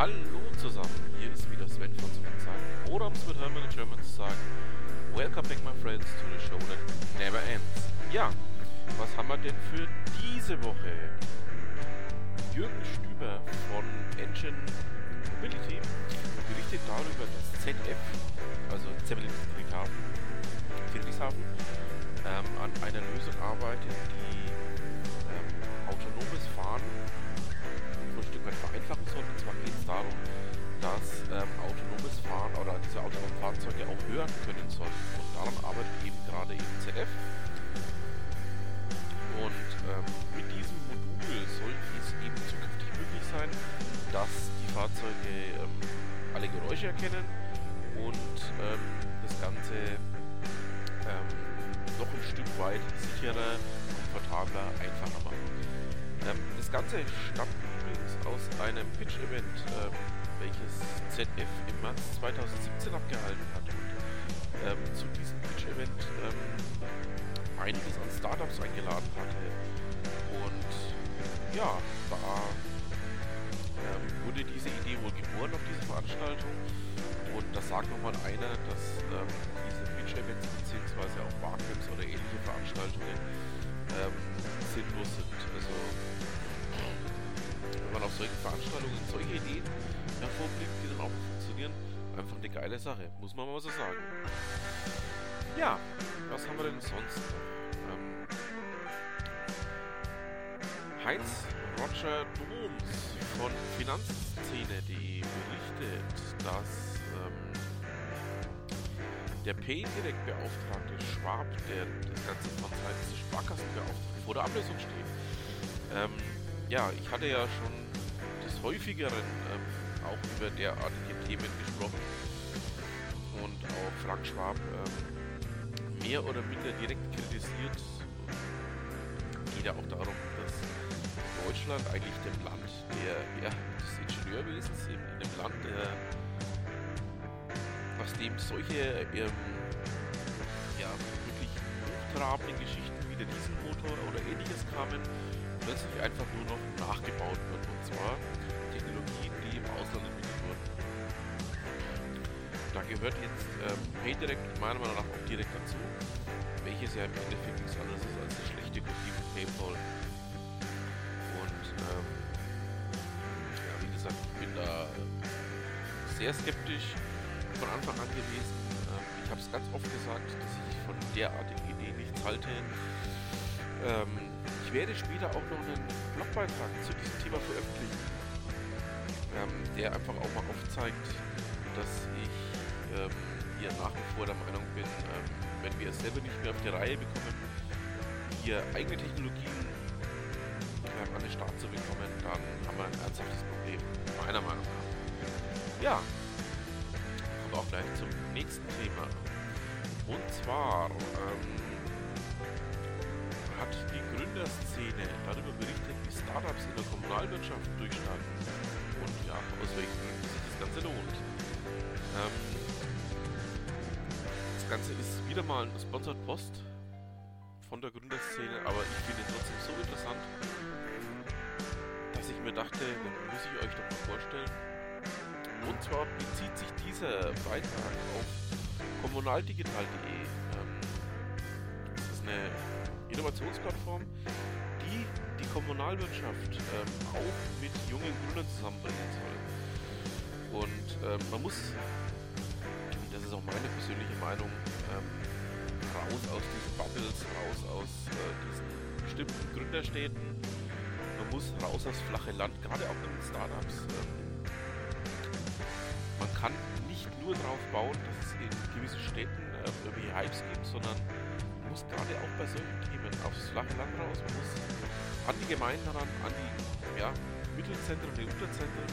Hallo zusammen, hier ist wieder Sven von Sven oder um es mit Hermann in German zu sagen, Welcome back my friends to the show that never ends. Ja, was haben wir denn für diese Woche? Jürgen Stüber von Engine Mobility berichtet darüber, dass ZF, also Zeppelin Friedrichshafen, an einer Lösung arbeitet, die autonomes Fahren ein Stück weit vereinfachen soll. Und zwar geht es darum, dass autonomes Fahren oder diese autonomen Fahrzeuge auch hören können sollen. Und daran arbeitet eben gerade ZF. Und mit diesem Modul soll es eben zukünftig möglich sein, dass die Fahrzeuge alle Geräusche erkennen und das Ganze noch ein Stück weit sicherer, komfortabler, einfacher machen. Das Ganze stammt übrigens aus einem Pitch-Event, welches ZF im März 2017 abgehalten hat. Und zu diesem Pitch-Event einiges an Startups eingeladen hatte. Und ja, da wurde diese Idee wohl geboren auf dieser Veranstaltung. Und da sagt nochmal einer, dass diese Pitch-Events bzw. auch Barcamps oder ähnliche Veranstaltungen sinnlos sind. Also wenn man auf solchen Veranstaltungen solche Ideen hervorbringt, die dann auch funktionieren, einfach eine geile Sache, muss man mal so sagen. Ja, was haben wir denn sonst noch? Heinz-Roger Doms von Finanzszene.de berichtet, dass der Paydirect-Beauftragte Schwab, der das Ganze von Seiten des Sparkassenbeauftragten vor der Ablösung steht. Ja, ich hatte ja schon des Häufigeren auch über derartige Themen gesprochen und auch Frank Schwab mehr oder minder direkt kritisiert. Geht ja auch darum, dass Deutschland eigentlich dem Land des Ingenieurwesens, in dem Land, aus dem solche wirklich hochtrabenden Geschichten wie der Dieselmotor oder ähnliches kamen, plötzlich einfach nur noch nachgebaut wird. Und zwar Technologien, die im Ausland entwickelt wurden. Da gehört jetzt PayDirect meiner Meinung nach auch direkt dazu, welches ja im Endeffekt nichts anderes ist als eine schlechte Kopie von PayPal. Und wie gesagt, ich bin da sehr skeptisch von Anfang an gewesen. Ich habe es ganz oft gesagt, dass ich von derartigen Ideen nichts halte. Ich werde später auch noch einen Blogbeitrag zu diesem Thema veröffentlichen, der einfach auch mal aufzeigt, dass ich hier nach wie vor der Meinung bin, wenn wir es selber nicht mehr auf die Reihe bekommen, hier eigene Technologien an den Start zu bekommen, dann haben wir ein ernsthaftes Problem, meiner Meinung nach. Ja, kommen wir auch gleich zum nächsten Thema. Und zwar hat die Gründerszene darüber berichtet, wie Startups in der Kommunalwirtschaft durchstarten und ja, aus welchen Gründen sich das Ganze lohnt. Das Ganze ist wieder mal ein Sponsored Post von der Gründerszene, aber ich finde es trotzdem so interessant, dass ich mir dachte, dann muss ich euch doch mal vorstellen. Und zwar bezieht sich dieser Beitrag auf kommunaldigital.de. Das ist eine Innovationsplattform, die die Kommunalwirtschaft auch mit jungen Gründern zusammenbringen soll. Und man muss, das ist auch meine persönliche Meinung, raus aus diesen Bubbles, raus aus diesen bestimmten Gründerstädten. Man muss raus aus flache Land, gerade auch in den Startups. Man kann nicht nur darauf bauen, dass es in gewissen Städten irgendwelche Hypes gibt, sondern man muss gerade auch bei solchen Themen aufs flache Land raus, man muss an die Gemeinden ran, an die Mittelzentren und die Unterzentren,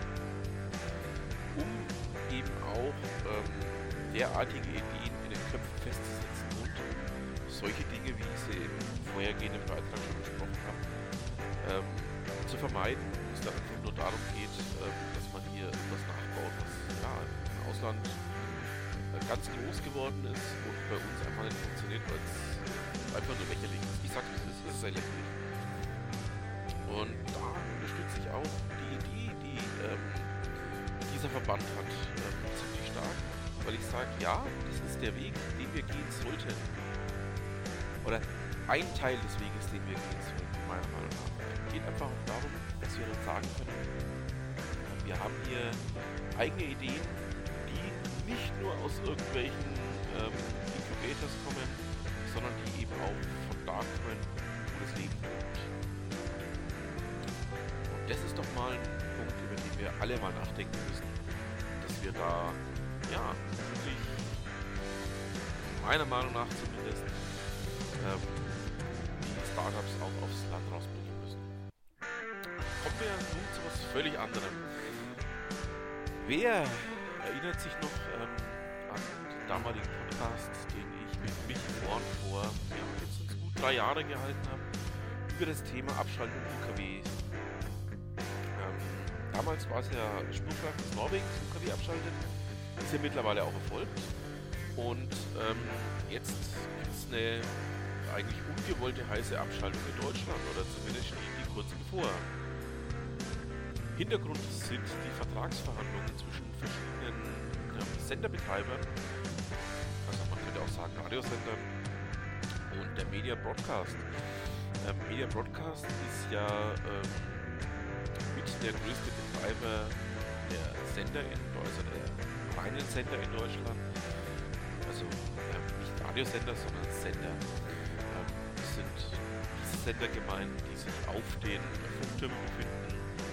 um eben auch derartige Ideen in den Köpfen festzusetzen und solche Dinge, wie ich sie im vorhergehenden Beitrag schon besprochen habe, zu vermeiden, wo es dann einfach nur darum geht, dass man hier etwas nachbaut, was im Ausland ganz groß geworden ist und bei uns einfach nicht funktioniert, weil es einfach nur lächerlich ist. Ich sag es ist sehr lächerlich. Und da unterstütze ich auch die Idee, die dieser Verband hat, ziemlich stark, weil ich sage, ja, das ist der Weg, den wir gehen sollten. Oder ein Teil des Weges, den wir gehen sollten, meiner Meinung nach. Es geht einfach auch darum, dass wir dann sagen können, wir haben hier eigene Ideen, die nicht nur aus irgendwelchen Incubators kommen, sondern die eben auch von da kommen, wo das Leben kommt. Und das ist doch mal ein Punkt, über den wir alle mal nachdenken müssen, dass wir da, ja, wirklich, meiner Meinung nach zumindest, die Startups auch aufs Land rausbringen müssen. Kommen wir nun zu was völlig anderem. Wer erinnert sich noch an den damaligen Podcast, den ich mit Michi Born vor, ja, jetzt sind es gut 3 Jahre gehalten habe, über das Thema Abschaltung UKW. Damals war es ja Spurkraft, dass Norwegen das UKW abschaltet, ist ja mittlerweile auch erfolgt. Und jetzt gibt es eine eigentlich ungewollte heiße Abschaltung in Deutschland, oder zumindest steht die kurz bevor. Hintergrund sind die Vertragsverhandlungen zwischen verschiedenen Senderbetreibern, also man könnte auch sagen Radiosendern, und der Media Broadcast. Media Broadcast ist ja mit der größte Betreiber der Sender in Deutschland, reinen Sender in Deutschland, also nicht Radiosender, sondern Sender. Es sind diese Sender gemeint, die sich auf den Funktürmen befinden,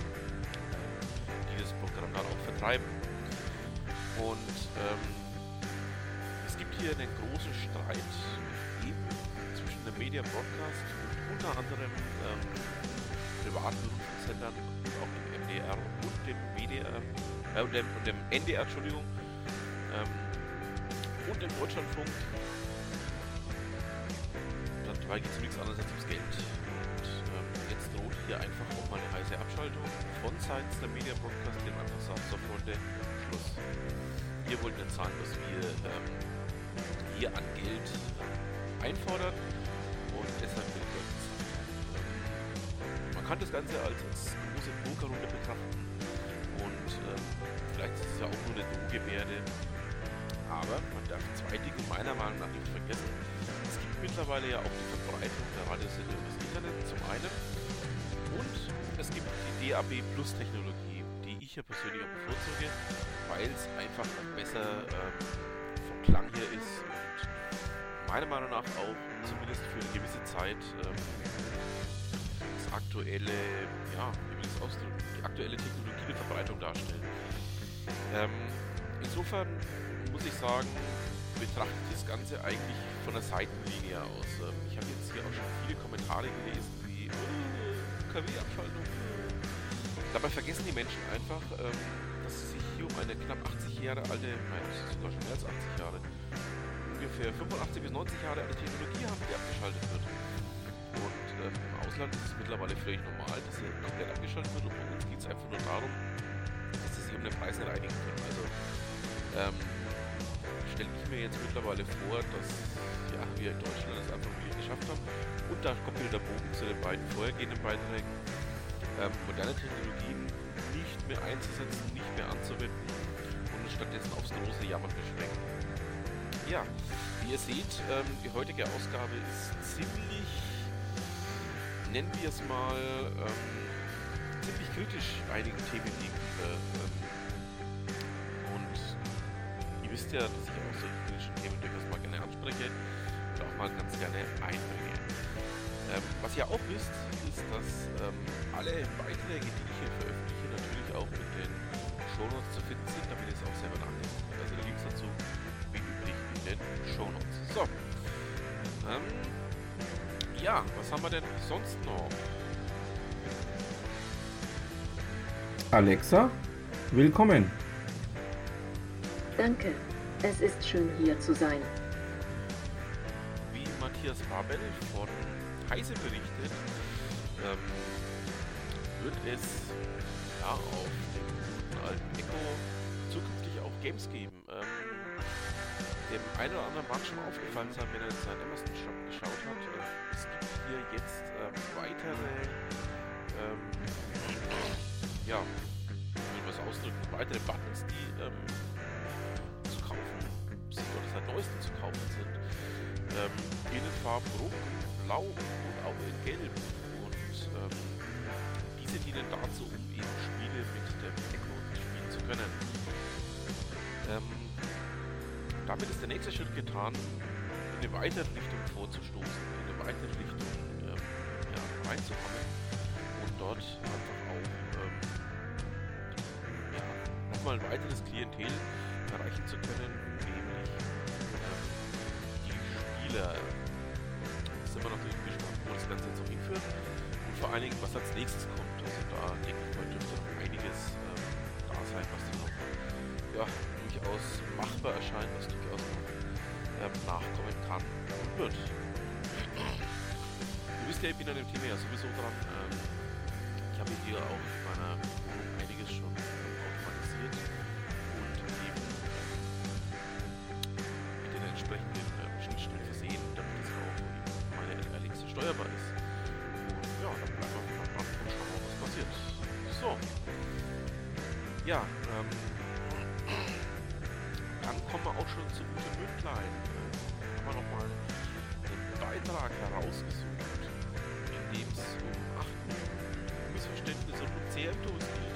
das Programm dann auch vertreiben. Und es gibt hier einen großen Streit eben zwischen dem Media Broadcast und unter anderem privaten Rundfunksendern, auch dem MDR und dem WDR, und dem NDR, Entschuldigung, und dem Deutschlandfunk. Dabei geht es nichts anderes als ums Geld. Jetzt droht hier einfach auch mal eine heiße Abschaltung von seitens der Media Broadcast, die einfach sagt, so Freunde, Schluss. Wir wollten jetzt sagen, was wir hier an Geld einfordern, und deshalb will ich euch das sagen. Man kann das Ganze als große Pokerrunde betrachten, und vielleicht ist es ja auch nur eine Drohgebärde, aber man darf 2 Dinge meiner Meinung nach nicht vergessen. Es gibt mittlerweile ja auch die Verbreitung der Radiosender über das Internet zum einen, und es gibt die DAB Plus Technologie, die ich ja persönlich auch bevorzuge, weil es einfach auch besser vom Klang her ist und meiner Meinung nach auch zumindest für eine gewisse Zeit das aktuelle, ja, wie will ich es ausdrücken, die aktuelle Technologie der Verbreitung darstellt. Insofern muss ich sagen, betrachte ich das Ganze eigentlich von der Seitenlinie aus. Ich habe jetzt hier auch schon viele Kommentare gelesen, wie UKW-Abschaltung. Dabei vergessen die Menschen einfach, dass es sich hier um eine knapp 80 Jahre alte, nein, sogar schon mehr als 80 Jahre, ungefähr 85 bis 90 Jahre alte Technologie haben, die abgeschaltet wird. Und im Ausland ist es mittlerweile völlig normal, dass hier komplett abgeschaltet wird, und bei uns geht es einfach nur darum, dass sie sich um den Preis nicht einigen können. Also stelle ich mir jetzt mittlerweile vor, dass ja, wir in Deutschland es einfach wirklich geschafft haben. Und da kommt wieder der Bogen zu den beiden vorhergehenden Beiträgen, moderne Technologien nicht mehr einzusetzen, nicht mehr anzuwenden und stattdessen aufs große Jammern beschränken. Ja, wie ihr seht, die heutige Ausgabe ist ziemlich, nennen wir es mal, ziemlich kritisch einigen Themen gegenüber. Und ihr wisst ja, dass ich auch solche kritischen Themen durchaus mal gerne anspreche und auch mal ganz gerne einbringe. Was ihr auch wisst, ist, dass alle Beiträge, die ich hier veröffentliche, natürlich auch in den Shownotes zu finden sind, damit ihr es auch selber nachlesen könnt. Also die Links dazu, wie üblich, in den Shownotes. So. Ja, was haben wir denn sonst noch? Alexa, willkommen. Danke, es ist schön hier zu sein. Wie Matthias Babel von Heise berichtet, wird es ja auf dem guten alten Echo zukünftig auch Games geben. Dem einen oder anderen mag schon aufgefallen sein, wenn er in seinen Amazon-Shop geschaut hat. Es gibt hier jetzt weitere, ja, wie will man es ausdrücken. Weitere Buttons, die zu kaufen sind oder seit neuestem zu kaufen sind. In den Farben Rot, Blau und auch in Gelb. Und diese dienen dazu, um eben Spiele mit der Backroad spielen zu können. Damit ist der nächste Schritt getan, in eine weitere Richtung vorzustoßen, in eine weitere Richtung reinzukommen und dort einfach auch nochmal ein weiteres Klientel erreichen zu können, nämlich die Spieler. Da sind wir natürlich gespannt, wo das Ganze jetzt noch hinführt und vor allen Dingen, was als nächstes kommt. Also da denke ich mal, dürfte noch einiges da sein, was dann noch durchaus machbar erscheint, was durchaus noch nachkommen kann und wird. Ihr wisst ja, ich bin an dem Thema ja sowieso dran. Ich habe hier auch in meiner Wohnung einiges schon automatisiert und eben mit den entsprechenden Schnittstellen versehen, damit es auch eben meine NRLX steuerbar ist. Und ja, dann bleiben wir mal dran und schauen mal, was passiert. So. Ja, dann kommen wir auch schon zu Ute Mündlein. Haben wir nochmal einen Beitrag herausgesucht, in dem es um 8 Missverständnisse und CM-Tools geht.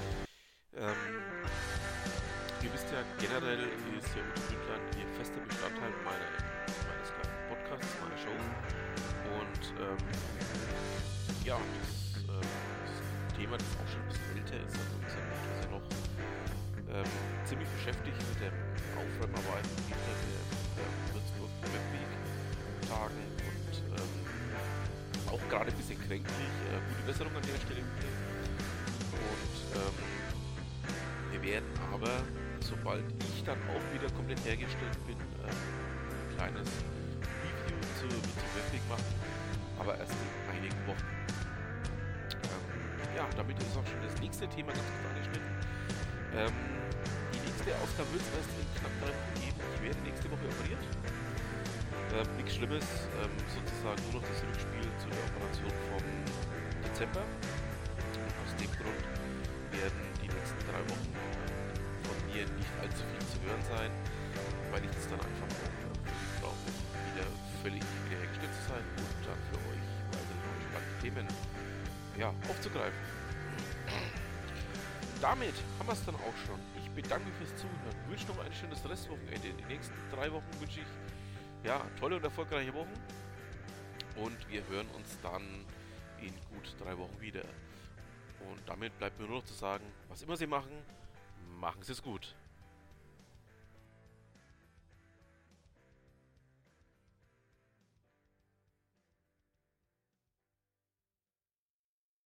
Ihr wisst ja, generell ist ja Ute Mündlein hier fester Bestandteil meines kleinen Podcasts, meiner Show. Und das ist ein Thema, das auch schon ein bisschen älter ist, also wir sind also noch ziemlich beschäftigt mit der Aufräumarbeiten hinter der Würzburg-Webweg-Tagen und auch gerade ein bisschen kränklich. Gute Besserung an der Stelle. Und wir werden aber, sobald ich dann auch wieder komplett hergestellt bin, ein kleines Review zur Webweg machen, aber erst in einigen Wochen. Damit ist auch schon das nächste Thema ganz gut angeschnitten. Die nächste Ausgabe wird es erst in knapp 3 Wochen geben. Ich werde nächste Woche operiert. Nichts Schlimmes, sozusagen nur noch das Rückspiel zu der Operation vom Dezember. Aus dem Grund werden die nächsten 3 Wochen von mir nicht allzu viel zu hören sein, weil ich es dann einfach auch völlig brauche, wieder völlig wiederhergestellt zu sein und dann für euch weitere spannende Themen aufzugreifen. Damit haben wir es dann auch schon. Ich bedanke mich fürs Zuhören. Wünsche noch ein schönes Restwochenende. Die nächsten 3 Wochen wünsche ich tolle und erfolgreiche Wochen. Und wir hören uns dann in gut 3 Wochen wieder. Und damit bleibt mir nur noch zu sagen, was immer Sie machen, machen Sie es gut.